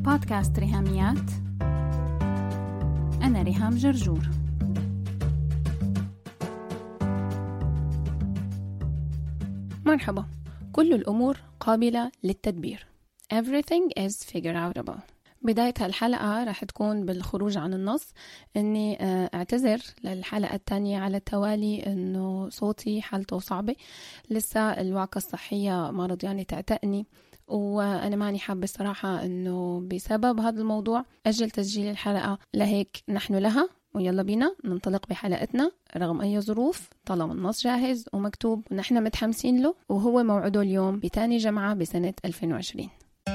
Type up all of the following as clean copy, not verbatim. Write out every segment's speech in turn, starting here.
بودكاست ريهاميات. أنا ريهام جرجور. مرحبا. كل الأمور قابلة للتدبير. Everything is figureoutable. بداية هالحلقة رح تكون بالخروج عن النص. أني أعتذر للحلقة الثانية على التوالي أنه صوتي حالته صعبة، لسه الوعكة الصحية ما رضياني تعتقني، وأنا ماني حابة الصراحة أنه بسبب هذا الموضوع أجل تسجيل الحلقة. لهيك نحن لها ويلا بينا ننطلق بحلقتنا رغم أي ظروف. طالما النص جاهز ومكتوب ونحن متحمسين له، وهو موعده اليوم بتاني جمعة بسنة 2020.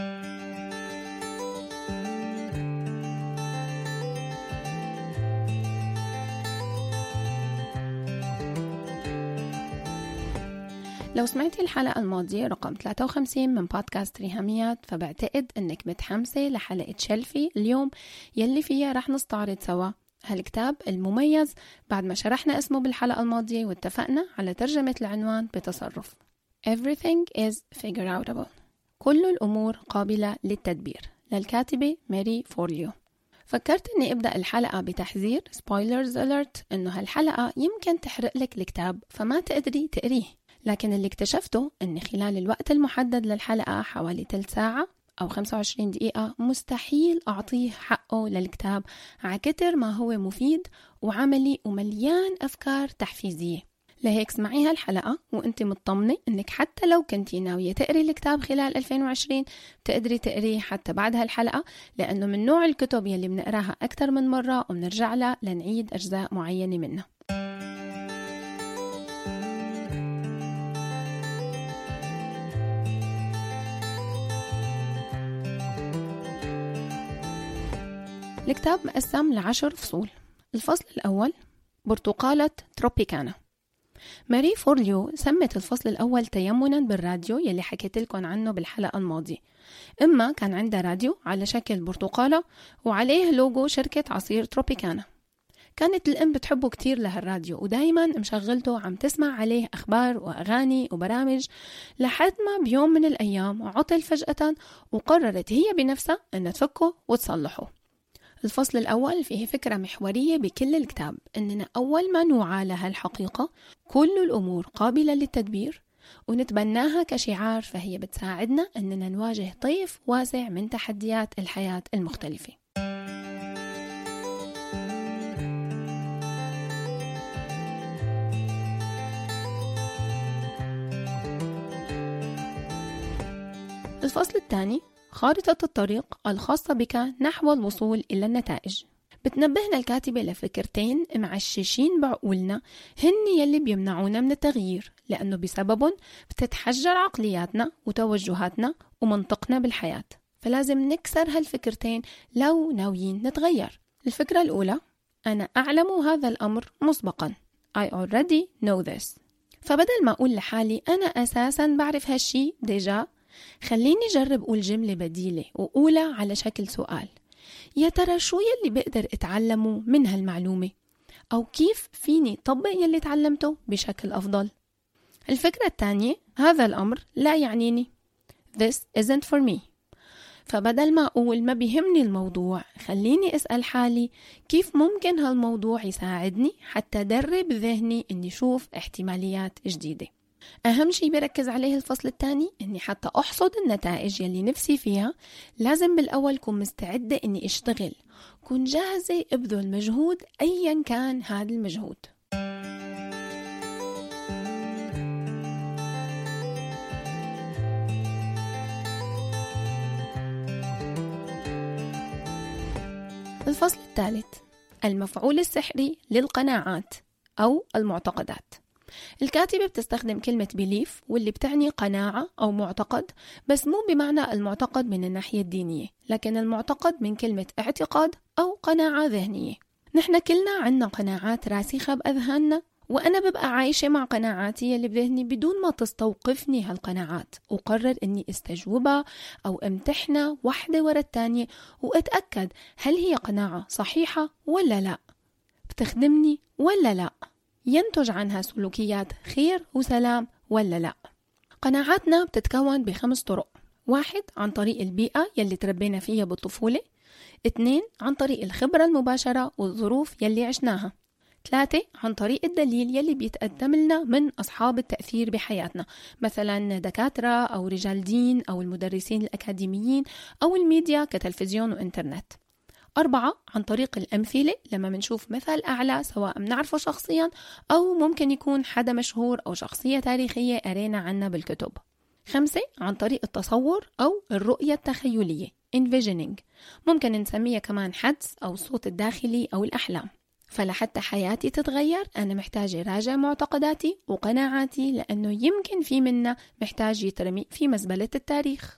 لو سمعتي الحلقة الماضية رقم 53 من بودكاست ريهاميات، فبعتقد انك متحمسة لحلقة شلفي اليوم يلي فيها رح نستعرض سوا هالكتاب المميز بعد ما شرحنا اسمه بالحلقة الماضية واتفقنا على ترجمة العنوان بتصرف. Everything is figureoutable. كل الأمور قابلة للتدبير، للكاتبة ماري فورليو. فكرت اني ابدأ الحلقة بتحذير spoilers alert انه هالحلقة يمكن تحرق لك الكتاب فما تقدري تقريه، لكن اللي اكتشفته ان خلال الوقت المحدد للحلقة حوالي 3 ساعة أو 25 دقيقة مستحيل أعطيه حقه للكتاب عكتر ما هو مفيد وعملي ومليان أفكار تحفيزية. لهيك اسمعي هالحلقة وانت مطمنة انك حتى لو كنتي ناوية تقري الكتاب خلال 2020 تقدري تقريه حتى بعد هالحلقة، لأنه من نوع الكتب يلي بنقراها أكثر من مرة وبنرجع لها لنعيد أجزاء معينة منها. الكتاب مقسم ل10 فصول. الفصل الأول برتقالة تروبيكانا. ماري فورليو سمت الفصل الأول تيمنا بالراديو يلي حكيت لكم عنه بالحلقة الماضية. إما كان عندها راديو على شكل برتقالة وعليه لوجو شركة عصير تروبيكانا. كانت الأم بتحبه كتير لهالراديو ودايما مشغلته عم تسمع عليه أخبار وأغاني وبرامج، لحد ما بيوم من الأيام عطل فجأة وقررت هي بنفسها أن تفكه وتصلحه. الفصل الأول فيه فكرة محورية بكل الكتاب، أننا أول ما نوعى لها الحقيقة كل الأمور قابلة للتدبير ونتبناها كشعار، فهي بتساعدنا أننا نواجه طيف واسع من تحديات الحياة المختلفة. الفصل الثاني خارطة الطريق الخاصة بك نحو الوصول إلى النتائج. بتنبهنا الكاتبة لفكرتين معششين بعقولنا هن يلي بيمنعونا من التغيير، لأنه بسببهم بتتحجر عقلياتنا وتوجهاتنا ومنطقنا بالحياة، فلازم نكسر هالفكرتين لو ناويين نتغير. الفكرة الأولى: أنا أعلم هذا الأمر مسبقا. I already know this. فبدل ما أقول لحالي أنا أساسا بعرف هالشي ديجا، خليني جرب أقول جملة بديلة وأقولها على شكل سؤال: يا ترى شو يلي بقدر أتعلمه من هالمعلومة؟ أو كيف فيني طبق يلي تعلمته بشكل أفضل؟ الفكرة الثانية: هذا الأمر لا يعنيني. This isn't for me. فبدل ما أقول ما بيهمني الموضوع، خليني أسأل حالي كيف ممكن هالموضوع يساعدني حتى أدرب ذهني إني أشوف احتماليات جديدة. أهم شيء بركز عليه الفصل الثاني إني حتى أحصد النتائج يلي نفسي فيها لازم بالأول كون مستعدة إني أشتغل، كون جاهزة أبذل مجهود أيا كان هذا المجهود. الفصل الثالث: المفعول السحري للقناعات أو المعتقدات. الكاتبة بتستخدم كلمة belief واللي بتعني قناعة أو معتقد، بس مو بمعنى المعتقد من الناحية الدينية، لكن المعتقد من كلمة اعتقاد أو قناعة ذهنية. نحن كلنا عنا قناعات راسخة بأذهاننا، وأنا ببقى عايشة مع قناعاتي اللي بذهني بدون ما تستوقفني هالقناعات، وقرر أني استجوبها أو امتحنها واحدة ورا الثانية وأتأكد هل هي قناعة صحيحة ولا لا، بتخدمني ولا لا، ينتج عنها سلوكيات خير وسلام ولا لا. قناعاتنا بتتكون ب5 طرق. 1 عن طريق البيئة يلي تربينا فيها بالطفولة. 2 عن طريق الخبرة المباشرة والظروف يلي عشناها. 3 عن طريق الدليل يلي بيتقدم لنا من أصحاب التأثير بحياتنا، مثلا دكاترة أو رجال دين أو المدرسين الأكاديميين أو الميديا كتلفزيون وإنترنت. 4 عن طريق الأمثلة، لما منشوف مثل أعلى سواء منعرفه شخصيا أو ممكن يكون حدا مشهور أو شخصية تاريخية قرينا عنها بالكتب. 5 عن طريق التصور أو الرؤية التخيلية envisioning، ممكن نسميها كمان حدس أو الصوت الداخلي أو الأحلام. فلحتى حياتي تتغير أنا محتاجة راجع معتقداتي وقناعاتي، لأنه يمكن في منا محتاج يترمي في مزبلة التاريخ.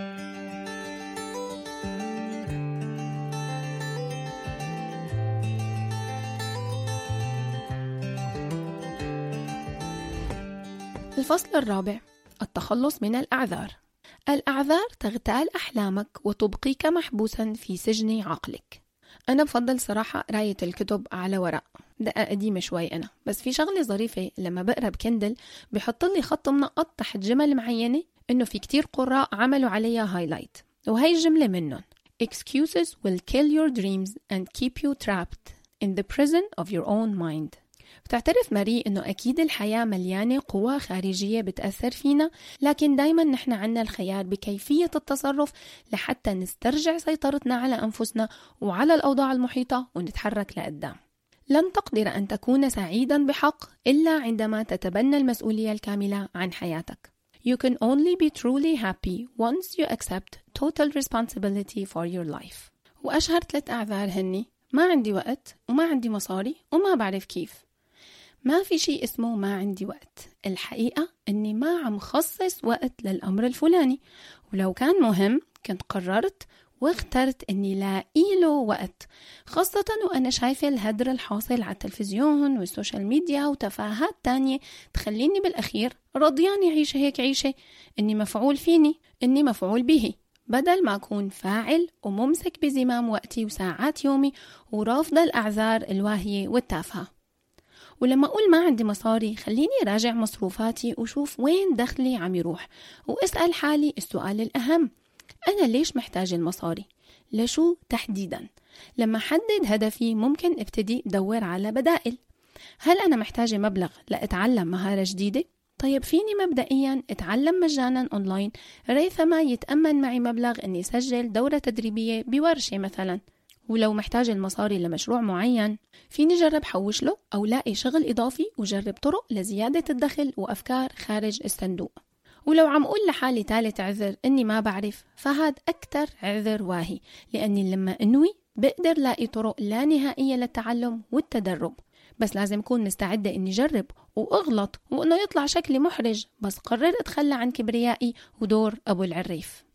الفصل الرابع: التخلص من الأعذار. الأعذار تغتال أحلامك وتبقيك محبوسا في سجن عقلك. أنا بفضل صراحة قراية الكتب على ورق، دقة قديمة شوي أنا، بس في شغلة ظريفة لما بقرأ بكندل بيحط لي خط منقط تحت جمل معينة إنه في كتير قراء عملوا عليها هايلايت، وهي الجملة منهم: Excuses will kill your dreams and keep you trapped in the prison of your own mind. بتعترف ماري إنه أكيد الحياة مليانة قوى خارجية بتأثر فينا، لكن دايما نحن عنا الخيار بكيفية التصرف لحتى نسترجع سيطرتنا على أنفسنا وعلى الأوضاع المحيطة ونتحرك لقدام. لن تقدر أن تكون سعيدا بحق إلا عندما تتبنى المسؤولية الكاملة عن حياتك. You can only be truly happy once you accept total responsibility for your life. وأشهر 3 أعذار هني: ما عندي وقت، وما عندي مصاري، وما بعرف كيف. ما في شيء اسمه ما عندي وقت، الحقيقة أني ما عم خصص وقت للأمر الفلاني، ولو كان مهم كنت قررت واخترت أني لاقي له وقت، خاصة وأنا شايفة الهدر الحاصل على التلفزيون والسوشيال ميديا وتفاهات تانية تخليني بالأخير رضياني عيشة هيك عيشة، أني مفعول فيني، أني مفعول به، بدل ما أكون فاعل وممسك بزمام وقتي وساعات يومي ورافضة الأعذار الواهية والتافهة. ولما أقول ما عندي مصاري، خليني راجع مصروفاتي وشوف وين دخلي عم يروح، وأسأل حالي السؤال الأهم: أنا ليش محتاج المصاري؟ لشو تحديدا؟ لما حدد هدفي ممكن ابتدي دور على بدائل. هل أنا محتاجة مبلغ لأتعلم مهارة جديدة؟ طيب فيني مبدئيا اتعلم مجانا أونلاين، ريثما يتأمن معي مبلغ أني سجل دورة تدريبية بورشة مثلا. ولو محتاج المصاري لمشروع معين، فيني جرب حوش له أو لاقي شغل إضافي وجرب طرق لزيادة الدخل وأفكار خارج الصندوق. ولو عم أقول لحالي ثالث عذر إني ما بعرف، فهاد أكتر عذر واهي، لأني لما أنوي بقدر لاقي طرق لا نهائية للتعلم والتدرب، بس لازم أكون مستعدة إني جرب وأغلط وإنه يطلع شكلي محرج، بس قرر أتخلى عن كبريائي ودور أبو العريف.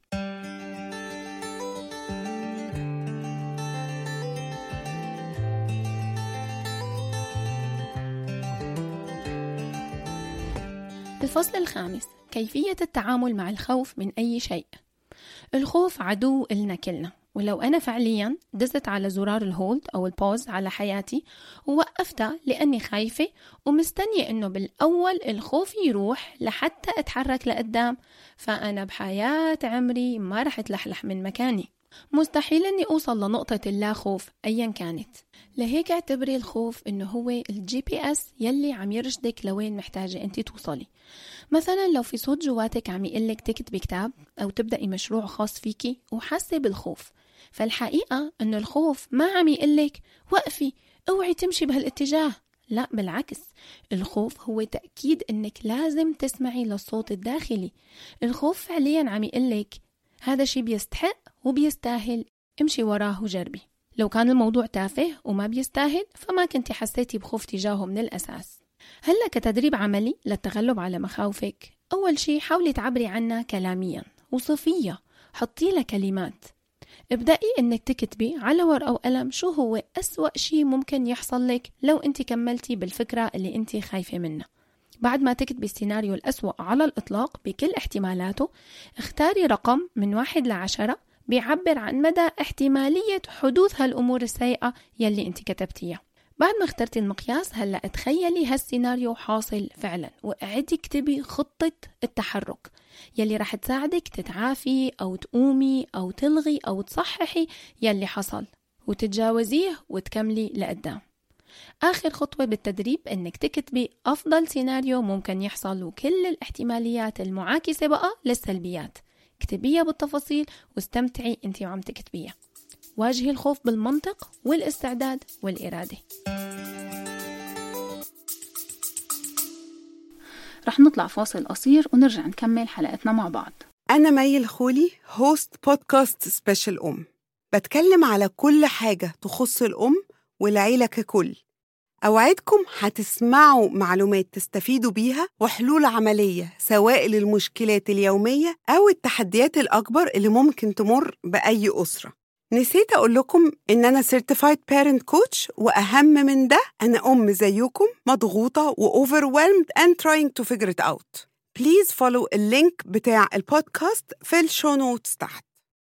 الفصل الخامس: كيفية التعامل مع الخوف من أي شيء. الخوف عدو إلنا كلنا، ولو أنا فعليا دزت على زرار الهولد أو البوز على حياتي ووقفتها لأني خايفة ومستنية إنه بالأول الخوف يروح لحتى أتحرك لقدام، فأنا بحياة عمري ما رح أتلحلح من مكاني. مستحيل أني أوصل لنقطة اللا خوف أيا كانت. لهيك اعتبري الخوف إنه هو الGPS يلي عم يرشدك لوين محتاجة أنت توصلي. مثلا لو في صوت جواتك عم يقلك تكتبي كتاب أو تبدأي مشروع خاص فيكي وحاسة بالخوف، فالحقيقة إنه الخوف ما عم يقلك وقفي اوعي تمشي بهالاتجاه، لا بالعكس، الخوف هو تأكيد إنك لازم تسمعي للصوت الداخلي. الخوف فعليا عم يقلك هذا شيء بيستحق وبيستاهل، امشي وراه وجربي. لو كان الموضوع تافه وما بيستاهل فما كنتي حسيتي بخوف تجاهه من الأساس. هلأ كتدريب عملي للتغلب على مخاوفك، أول شيء حاولي تعبري عنها كلاميا وصفية، حطي لها كلمات. ابدأي إنك تكتبي على ورقة وقلم شو هو أسوأ شيء ممكن يحصل لك لو أنت كملتي بالفكرة اللي أنت خايفة منها. بعد ما تكتبي السيناريو الأسوأ على الإطلاق بكل احتمالاته، اختاري رقم من 1 ل10 بيعبر عن مدى احتمالية حدوث هالأمور السيئة يلي أنت كتبتيها. بعد ما اخترتي المقياس، هلأ تخيلي هالسيناريو حاصل فعلا وقعدي اكتبي خطة التحرك. يلي رح تساعدك تتعافي أو تقومي أو تلغي أو تصححي يلي حصل وتتجاوزيه وتكملي لقدام. آخر خطوة بالتدريب إنك تكتبي أفضل سيناريو ممكن يحصل وكل الاحتماليات المعاكسة بقى للسلبيات، اكتبيها بالتفاصيل واستمتعي انتي وعم تكتبيها. واجهي الخوف بالمنطق والاستعداد والإرادة. رح نطلع فاصل قصير ونرجع نكمل حلقتنا مع بعض. أنا مي الخولي، هوست بودكاست سبيشال أم. بتكلم على كل حاجة تخص الأم والعيلة ككل. أوعدكم هتسمعوا معلومات تستفيدوا بيها وحلول عملية، سواء للمشكلات اليومية أو التحديات الأكبر اللي ممكن تمر بأي أسرة. نسيت أقول لكم إن أنا Certified Parent Coach، وأهم من ده أنا أم زيكم مضغوطة و overwhelmed and trying to figure it out. Please follow اللينك بتاع البودكاست في الشو نوتس تحت.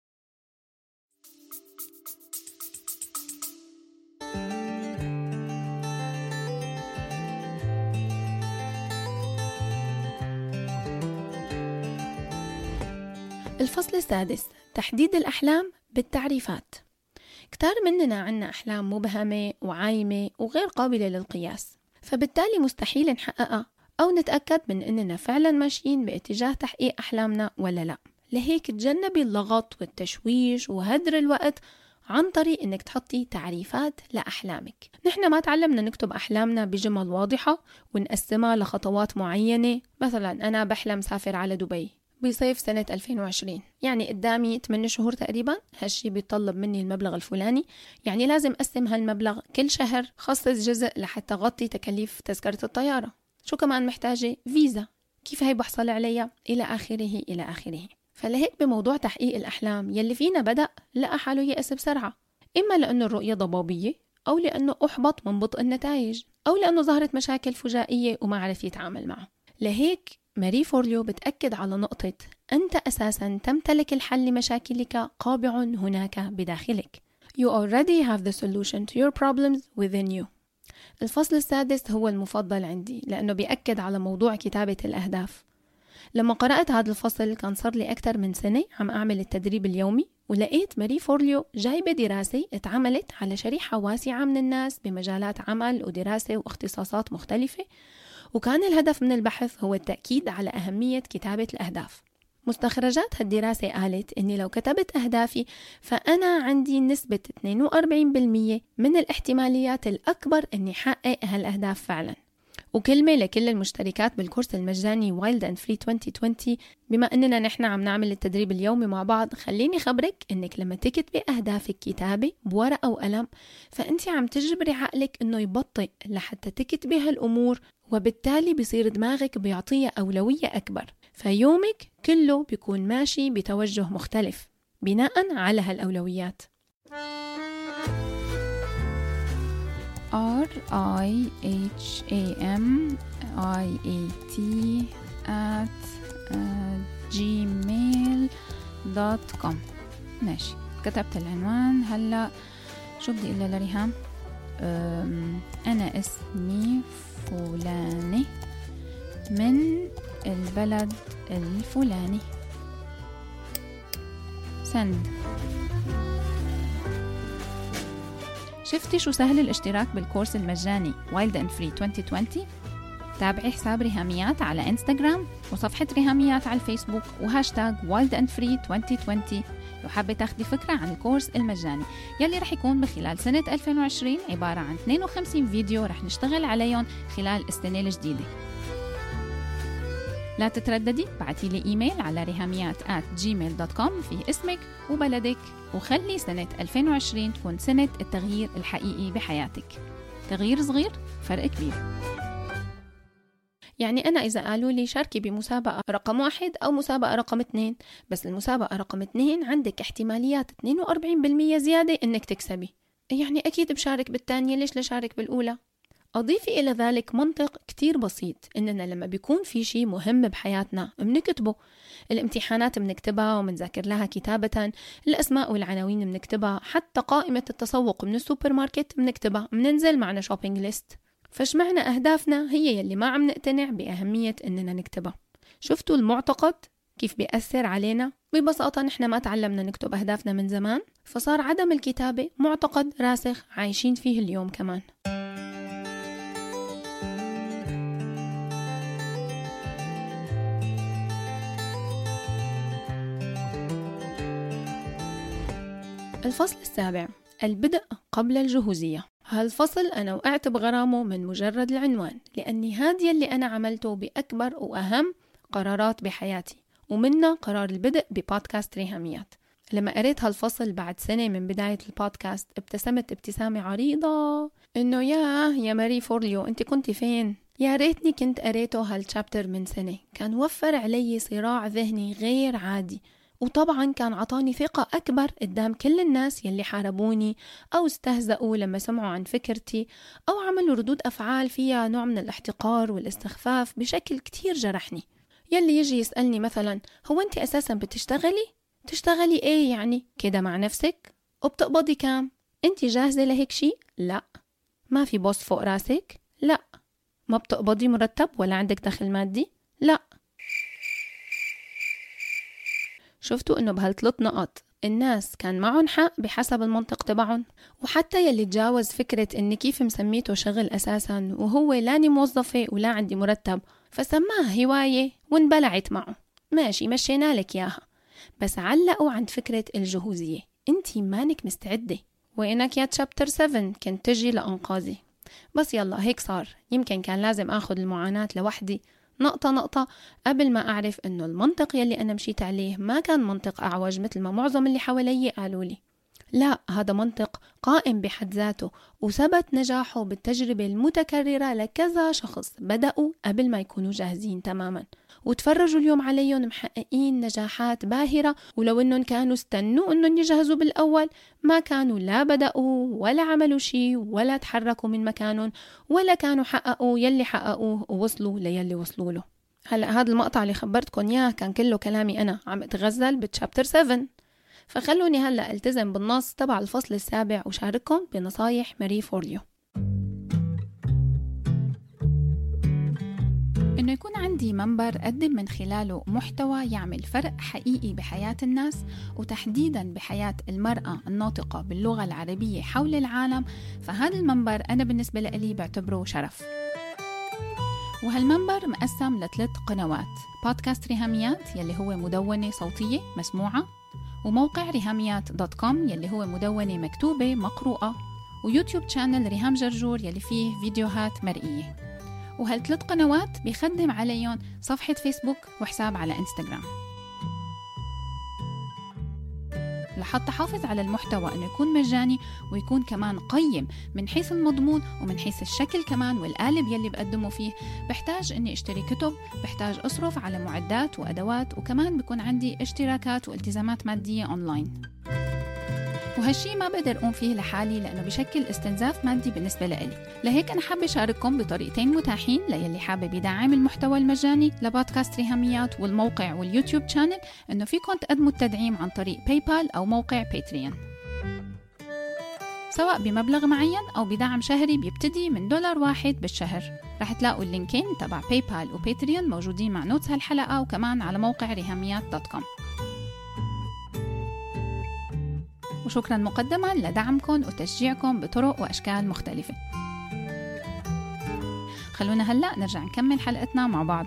الفصل السادس، تحديد الأحلام بالتعريفات. كتار مننا عنا أحلام مبهمة وعايمة وغير قابلة للقياس، فبالتالي مستحيل نحققها أو نتأكد من أننا فعلا ماشيين باتجاه تحقيق أحلامنا ولا لا. لهيك تجنبي اللغط والتشويش وهدر الوقت عن طريق أنك تحطي تعريفات لأحلامك. نحن ما تعلمنا نكتب أحلامنا بجمل واضحة ونقسمها لخطوات معينة. مثلا أنا بحلم سافر على دبي بصيف سنة 2020، يعني قدامي 8 شهور تقريبا، هالشي بيطلب مني المبلغ الفلاني، يعني لازم أقسم هالمبلغ كل شهر، خصص جزء لحتى غطي تكاليف تذكرة الطيارة. شو كمان محتاجة؟ فيزا، كيف هي بحصل عليها، إلى آخره إلى آخره. فلهيك بموضوع تحقيق الأحلام يلي فينا بدأ لقى حاله يأس بسرعة، إما لأنه الرؤية ضبابية، أو لأنه أحبط من بطء النتائج، أو لأنه ظهرت مشاكل فجائية وما عرف يتعامل معه. لهيك ماري فورليو بتأكد على نقطة أنت أساساً تمتلك الحل لمشاكلك قابع هناك بداخلك. You already have the solution to your problems within you. الفصل السادس هو المفضل عندي لأنه بيأكد على موضوع كتابة الأهداف. لما قرأت هذا الفصل كان صار لي أكثر من سنة عم أعمل التدريب اليومي، ولقيت ماري فورليو جايبة دراسة اتعملت على شريحة واسعة من الناس بمجالات عمل ودراسة واختصاصات مختلفة، وكان الهدف من البحث هو التأكيد على أهمية كتابة الأهداف. مستخرجات هالدراسة قالت إني لو كتبت أهدافي فأنا عندي نسبة 42% من الاحتماليات الأكبر إني حقق هالأهداف فعلا. وكلمة لكل المشتركات بالكورس المجاني Wild and Free 2020، بما أننا نحن عم نعمل التدريب اليومي مع بعض، خليني خبرك إنك لما تكتبي أهدافك كتابة بورقة وقلم فأنت عم تجبري عقلك إنه يبطئ لحتى تكتبي هالأمور، وبالتالي بيصير دماغك بيعطيها أولوية أكبر، فيومك كله بيكون ماشي بتوجه مختلف بناء على هالأولويات. RIHAMIAT@gmail.com. ماشي، كتبت العنوان. هلأ شو بدي إلا لريهام؟ أنا اسمي فلاني من البلد الفلاني. شفتي شو سهل الاشتراك بالكورس المجاني Wild and Free 2020؟ تابعي حساب ريهاميات على انستغرام وصفحة ريهاميات على الفيسبوك وهاشتاج Wild and Free 2020 لو حابة تاخدي فكرة عن الكورس المجاني يلي رح يكون بخلال سنة 2020 عبارة عن 52 فيديو رح نشتغل عليهم خلال السنة الجديدة. لا تترددي، بعتيلي إيميل على ريهاميات@gmail.com فيه اسمك وبلدك، وخلي سنة 2020 تكون سنة التغيير الحقيقي بحياتك. تغيير صغير، فرق كبير. يعني أنا إذا قالوا لي شاركي بمسابقة رقم 1 أو مسابقة رقم 2، بس المسابقة رقم 2 عندك احتماليات 42% زيادة إنك تكسبي، يعني أكيد بشارك بالتانية، ليش لشارك بالأولى؟ أضيفي إلى ذلك منطق كتير بسيط، إننا لما بيكون في شيء مهم بحياتنا بنكتبه. الامتحانات بنكتبها ومنذاكر لها كتابة، الأسماء والعناوين بنكتبها، حتى قائمة التسوق من السوبر ماركت بنكتبها، بننزل معنا شوبينج ليست. فشمعنا أهدافنا هي يلي ما عم نقتنع بأهمية إننا نكتبها. شفتوا المعتقد كيف بيأثر علينا؟ ببساطة نحن ما تعلمنا نكتب أهدافنا من زمان، فصار عدم الكتابة معتقد راسخ عايشين فيه اليوم كمان. الفصل السابع، البدء قبل الجهوزية. هالفصل أنا وقعت بغرامه من مجرد العنوان، لأني هذا اللي أنا عملته بأكبر وأهم قرارات بحياتي، ومنها قرار البدء ببودكاست ريهاميات. لما قريت هالفصل بعد سنة من بداية البودكاست ابتسمت ابتسامة عريضة، إنه يا ماري فورليو أنت كنت فين؟ يا ريتني كنت قريته هالشابتر من سنة، كان وفر علي صراع ذهني غير عادي، وطبعا كان عطاني ثقة أكبر قدام كل الناس يلي حاربوني أو استهزأوا لما سمعوا عن فكرتي أو عملوا ردود أفعال فيها نوع من الاحتقار والاستخفاف بشكل كتير جرحني. يلي يجي يسألني مثلا هو أنت أساسا تشتغلي إيه يعني كده مع نفسك؟ وبتقبضي كام؟ أنت جاهزة لهيك شي؟ لا. ما في بوس فوق راسك؟ لا. ما بتقبضي مرتب ولا عندك دخل مادي؟ لا. شفتوا إنه بهالثلاث نقط الناس كان معهم حق بحسب المنطق تبعهم، وحتى يلي تجاوز فكرة إن كيف مسميته شغل أساساً وهو لاني موظفة ولا عندي مرتب فسماها هواية وانبلعت معه، ماشي مشينا لك ياها، بس علقوا عند فكرة الجهوزية. انتي مانك مستعدة، وإنك يا تشابتر 7 كنت تجي لأنقاذي. بس يلا هيك صار، يمكن كان لازم أخذ المعاناة لوحدي نقطة نقطة قبل ما أعرف إنه المنطق يلي أنا مشيت عليه ما كان منطق أعوج مثل ما معظم اللي حوالي قالوا لي. لا، هذا منطق قائم بحد ذاته وثبت نجاحه بالتجربة المتكررة لكذا شخص بدأوا قبل ما يكونوا جاهزين تماما وتفرجوا اليوم عليهم محققين نجاحات باهرة، ولو إنهم كانوا استنوا إنهم يجهزوا بالأول ما كانوا لا بدأوا ولا عملوا شيء ولا تحركوا من مكانهم ولا كانوا حققوا يلي حققوه ووصلوا ليلي وصلوا له. هلأ هذا المقطع اللي خبرتكم إياه كان كله كلامي أنا عم أتغزل بتشابتر 7، فخلوني هلأ التزم بالنص تبع الفصل السابع وشارككم بنصايح ماري فورليو. إنه يكون عندي منبر أقدم من خلاله محتوى يعمل فرق حقيقي بحياة الناس وتحديداً بحياة المرأة الناطقة باللغة العربية حول العالم، فهذا المنبر أنا بالنسبة لي بعتبره شرف. وهالمنبر مقسم ل3 قنوات: بودكاست ريهاميات يلي هو مدونة صوتية مسموعة، وموقع ريهاميات.com يلي هو مدونة مكتوبة مقروءة، ويوتيوب شانل ريهام جرجور يلي فيه فيديوهات مرئية. وهال3 قنوات بيخدم عليهم صفحة فيسبوك وحساب على إنستغرام. لحتى حافظ على المحتوى إنه يكون مجاني ويكون كمان قيم من حيث المضمون ومن حيث الشكل كمان والقالب يلي بقدمه فيه، بحتاج إني اشتري كتب، بحتاج أصرف على معدات وأدوات، وكمان بيكون عندي اشتراكات والتزامات مادية أونلاين. وهالشي ما بقدر أقوم فيه لحالي لأنه بشكل استنزاف مادي بالنسبة لإلي. لهيك أنا حابة أشارككم بطريقتين متاحين ليلي حابب يدعم المحتوى المجاني لبودكاست ريهاميات والموقع واليوتيوب شانل، إنه فيكم تقدموا التدعيم عن طريق باي بال أو موقع باتريون، سواء بمبلغ معين أو بدعم شهري بيبتدي من $1 بالشهر. رح تلاقوا اللينكين تبع باي بال وباتريون موجودين مع نوتس هالحلقة وكمان على موقع ريهاميات.com. وشكرا مقدما لدعمكم وتشجيعكم بطرق وأشكال مختلفة. خلونا هلأ نرجع نكمل حلقتنا مع بعض.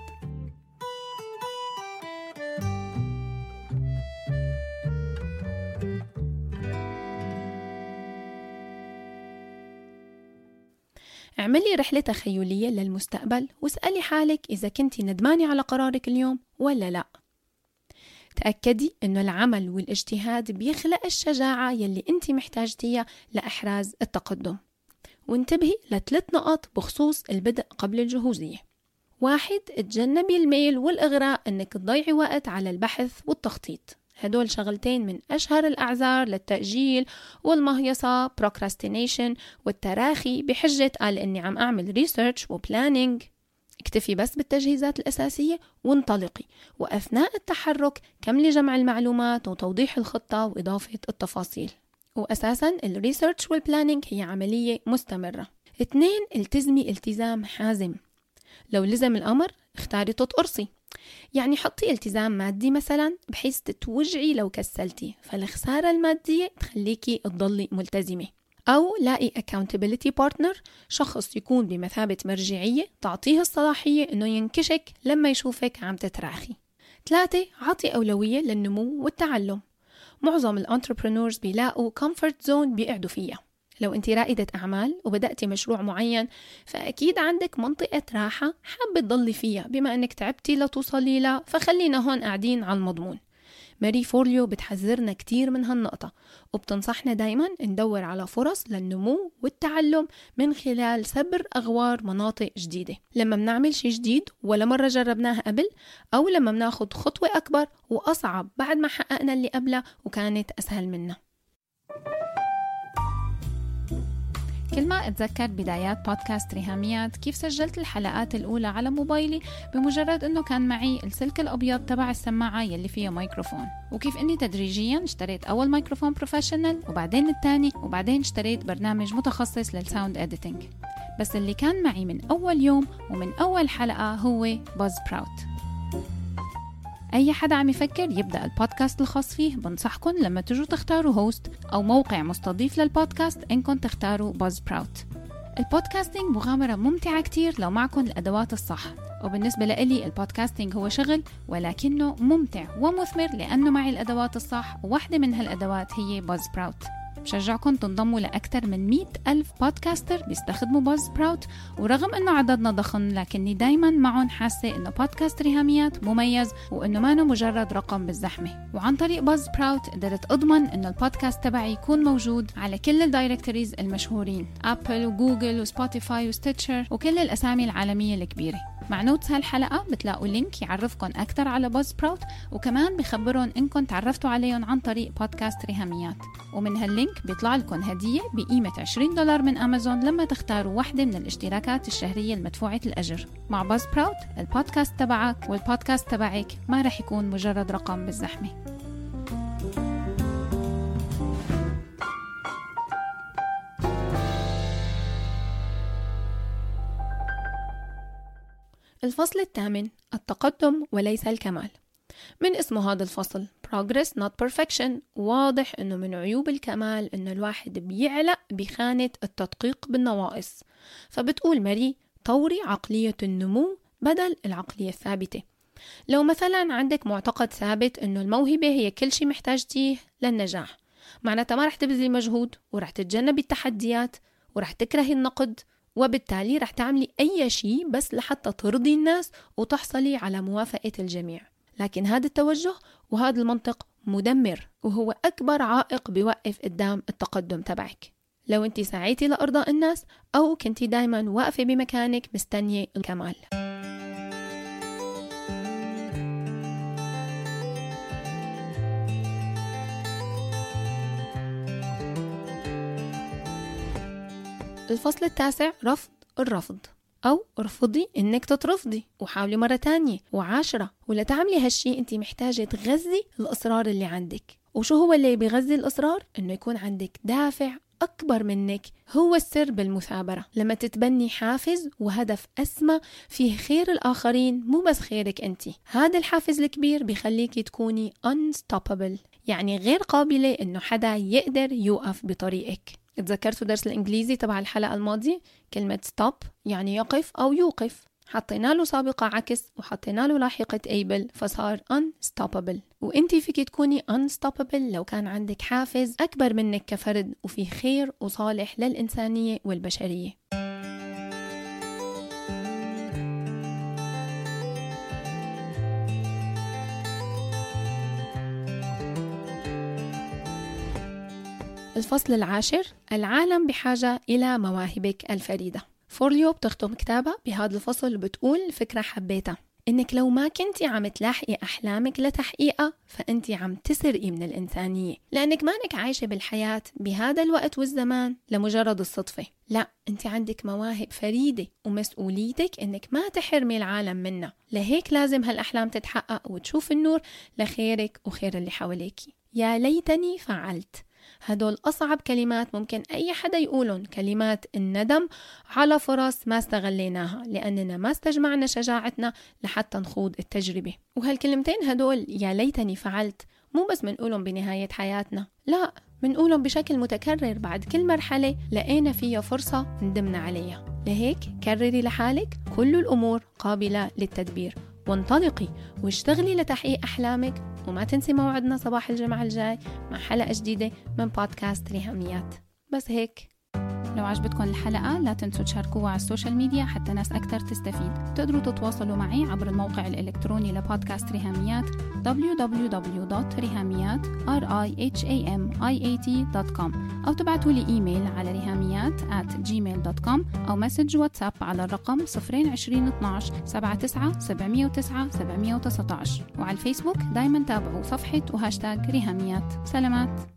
اعملي رحلة تخيلية للمستقبل واسألي حالك إذا كنتي ندمانة على قرارك اليوم ولا لا. تأكدي إنه العمل والاجتهاد بيخلق الشجاعة يلي أنت محتاجتيها لإحراز التقدم. وانتبهي ل3 نقط بخصوص البدء قبل الجهوزية. 1، تجنبي الميل والإغراء إنك تضيعي وقت على البحث والتخطيط. هدول شغلتين من أشهر الأعذار للتأجيل والمهيصة procrastination والتراخي بحجة قال إني عم أعمل research وبلانينج. اكتفي بس بالتجهيزات الأساسية وانطلقي، وأثناء التحرك كملي جمع المعلومات وتوضيح الخطة وإضافة التفاصيل. وأساساً الريسيرش والبلانينج هي عملية مستمرة. 2، التزمي التزام حازم. لو لزم الأمر اختاري تتقرصي، يعني حطي التزام مادي مثلا بحيث تتوجعي لو كسلتي، فالخسارة المادية تخليكي تضلي ملتزمة. أو لاقي accountability partner، شخص يكون بمثابة مرجعية تعطيه الصلاحية إنه ينكشك لما يشوفك عم تتراخي. 3. عطي أولوية للنمو والتعلم. معظم الانتربرنورز بيلاقوا comfort zone بيقعدوا فيها. لو انت رائدة أعمال وبدأتي مشروع معين، فأكيد عندك منطقة راحة حابة تضلي فيها بما أنك تعبتي لتوصلي لها، فخلينا هون قاعدين على المضمون. ماري فورليو بتحذرنا كتير من هالنقطة، وبتنصحنا دايما ندور على فرص للنمو والتعلم من خلال سبر أغوار مناطق جديدة. لما بنعمل شيء جديد ولا مرة جربناها قبل، أو لما بناخد خطوة أكبر وأصعب بعد ما حققنا اللي قبلها وكانت أسهل منا. كل ما أتذكر بدايات بودكاست ريهاميات كيف سجلت الحلقات الأولى على موبايلي بمجرد أنه كان معي السلك الأبيض تبع السماعة يلي فيها ميكروفون، وكيف أني تدريجيا اشتريت أول ميكروفون بروفيشنال وبعدين الثاني، وبعدين اشتريت برنامج متخصص للساوند إديتينج. بس اللي كان معي من أول يوم ومن أول حلقة هو Buzzsprout. أي حدا عم يفكر يبدأ البودكاست الخاص فيه، بنصحكم لما تجوا تختاروا هوست أو موقع مستضيف للبودكاست إنكم تختاروا Buzzsprout. البودكاستينج مغامرة ممتعة كتير لو معكم الأدوات الصح، وبالنسبة لإلي البودكاستينج هو شغل ولكنه ممتع ومثمر لأنه معي الأدوات الصح، وواحدة من هالأدوات هي Buzzsprout. بشجعكم تنضموا لأكثر من 100,000 بودكاستر بيستخدموا Buzzsprout، ورغم أنه عددنا ضخم لكني دايما معهم حاسة أنه بودكاست ريهاميات مميز وأنه ما مجرد رقم بالزحمة. وعن طريق Buzzsprout قدرت أضمن أنه البودكاست تبعي يكون موجود على كل الدايركتوريز المشهورين، أبل وجوجل وسبوتيفاي وستيتشر وكل الأسامي العالمية الكبيرة. مع نوتس هالحلقة بتلاقوا لينك يعرفكم أكتر على Buzzsprout، وكمان بخبرهم إنكم تعرفتوا عليهم عن طريق بودكاست ريهاميات، ومن هاللينك بيطلع لكم هدية بقيمة $20 من أمازون لما تختاروا واحدة من الاشتراكات الشهرية المدفوعة الأجر. مع Buzzsprout البودكاست تبعك والبودكاست تبعك ما رح يكون مجرد رقم بالزحمة. الفصل 8، التقدم وليس الكمال. من اسمه هذا الفصل Progress not Perfection، واضح انه من عيوب الكمال انه الواحد بيعلق بخانة التدقيق بالنواقص. فبتقول ماري طوري عقلية النمو بدل العقلية الثابتة. لو مثلا عندك معتقد ثابت انه الموهبة هي كل شيء محتاجتيه للنجاح، معناتها ما رح تبذلي مجهود ورح تتجنبي التحديات ورح تكرهي النقد، وبالتالي رح تعملي أي شيء بس لحتى ترضي الناس وتحصلي على موافقة الجميع. لكن هذا التوجه وهذا المنطق مدمر، وهو أكبر عائق بيوقف قدام التقدم تبعك. لو انتي سعيتي لأرضاء الناس أو كنتي دايما واقفة بمكانك مستنية الكمال. الفصل 9، رفض الرفض، أو رفضي إنك تترفضي وحاولي مرة تانية و10. ولا تعملي هالشي انتي محتاجة تغذي الإصرار اللي عندك. وشو هو اللي بيغذي الإصرار؟ إنه يكون عندك دافع أكبر منك، هو السر بالمثابرة. لما تتبني حافز وهدف أسمى فيه خير الآخرين مو بس خيرك انتي، هذا الحافز الكبير بيخليكي تكوني unstoppable، يعني غير قابلة إنه حدا يقدر يوقف بطريقك. اتذكرتوا درس الإنجليزي تبع الحلقة الماضية؟ كلمة stop يعني يقف أو يوقف، حطينا له سابقة عكس وحطينا له لاحقة able فصار unstoppable. وانتي فيك تكوني unstoppable لو كان عندك حافز أكبر منك كفرد وفيه خير وصالح للإنسانية والبشرية. الفصل 10، العالم بحاجة إلى مواهبك الفريدة. فورليو بتختم كتابها بهذا الفصل وبتقول فكرة حبيتها، إنك لو ما كنتي عم تلاحقي أحلامك لتحقيقها فأنتي عم تسرقي من الإنسانية، لأنك مانك عايشة بالحياة بهذا الوقت والزمان لمجرد الصدفة. لا، أنت عندك مواهب فريدة ومسؤوليتك إنك ما تحرمي العالم منها. لهيك لازم هالأحلام تتحقق وتشوف النور لخيرك وخير اللي حواليكي. يا ليتني فعلت. هدول أصعب كلمات ممكن أي حدا يقولن، كلمات الندم على فرص ما استغليناها لأننا ما استجمعنا شجاعتنا لحتى نخوض التجربة. وهالكلمتين هدول يا ليتني فعلت مو بس منقولهم بنهاية حياتنا، لا، منقولهم بشكل متكرر بعد كل مرحلة لقينا فيها فرصة ندمنا عليها. لهيك كرري لحالك كل الأمور قابلة للتدبير، وانطلقي واشتغلي لتحقيق أحلامك. وما تنسي موعدنا صباح الجمعة الجاي مع حلقة جديدة من بودكاست ريهاميات. بس هيك. لو عجبتكم الحلقة لا تنسوا تشاركوها على السوشيال ميديا حتى ناس أكتر تستفيد. تقدروا تتواصلوا معي عبر الموقع الإلكتروني لبودكاست ريهاميات www.rihamiat.com أو تبعتوا لي إيميل على ريهاميات@gmail.com أو مسج واتساب على الرقم 020 12 79 709 719. وعلى الفيسبوك دايما تابعوا صفحة وهاشتاج ريهاميات. سلامات.